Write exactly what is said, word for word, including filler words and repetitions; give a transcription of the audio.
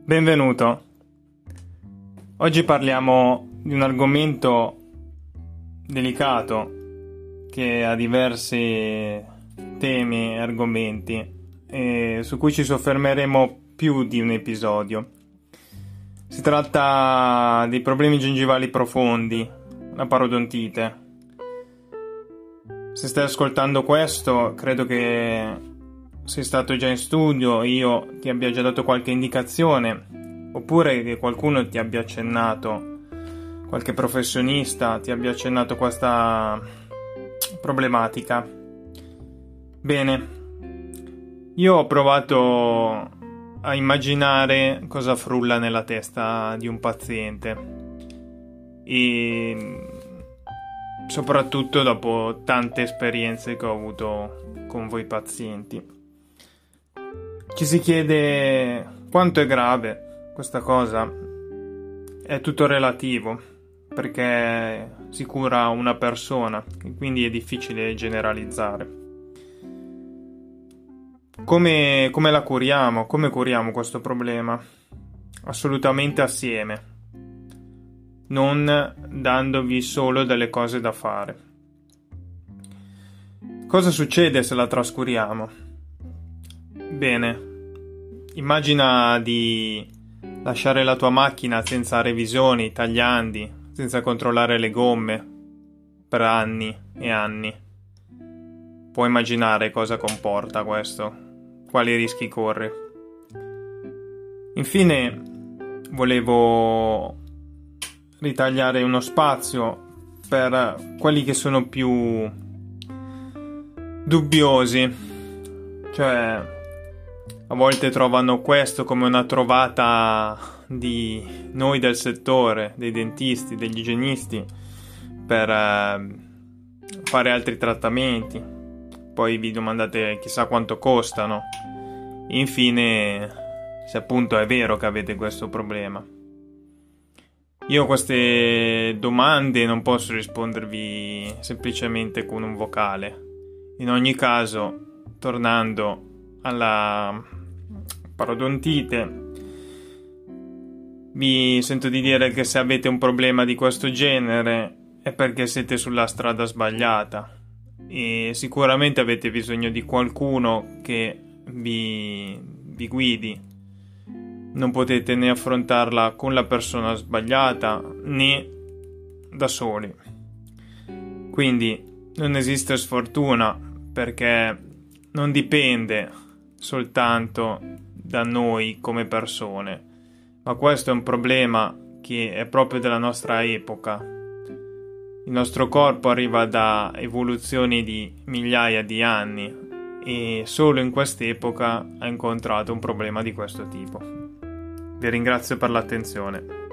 Benvenuto. Oggi parliamo di un argomento delicato che ha diversi temi e argomenti e su cui ci soffermeremo più di un episodio. Si tratta dei problemi gengivali profondi, la parodontite. Se stai ascoltando questo, credo che sei stato già in studio, io ti abbia già dato qualche indicazione, oppure che qualcuno ti abbia accennato, qualche professionista ti abbia accennato questa problematica. Bene, io ho provato a immaginare cosa frulla nella testa di un paziente e soprattutto dopo tante esperienze che ho avuto con voi pazienti. Ci si chiede quanto è grave questa cosa. È tutto relativo, perché si cura una persona e quindi è difficile generalizzare. Come, come la curiamo? Come curiamo questo problema? Assolutamente assieme, non dandovi solo delle cose da fare. Cosa succede se la trascuriamo? Bene, immagina di lasciare la tua macchina senza revisioni, tagliandi, senza controllare le gomme per anni e anni. Puoi immaginare cosa comporta questo, quali rischi corre. Infine, volevo ritagliare uno spazio per quelli che sono più dubbiosi, cioè a volte trovano questo come una trovata di noi del settore, dei dentisti, degli igienisti, per eh, fare altri trattamenti. Poi vi domandate chissà quanto costano. Infine, se appunto è vero che avete questo problema. Io a queste domande non posso rispondervi semplicemente con un vocale. In ogni caso, tornando alla parodontite, vi sento di dire che se avete un problema di questo genere è perché siete sulla strada sbagliata e sicuramente avete bisogno di qualcuno che vi, vi guidi. Non potete né affrontarla con la persona sbagliata né da soli. Quindi non esiste sfortuna, perché non dipende soltanto da noi come persone, ma questo è un problema che è proprio della nostra epoca. Il nostro corpo arriva da evoluzioni di migliaia di anni e solo in quest'epoca ha incontrato un problema di questo tipo. Vi ringrazio per l'attenzione.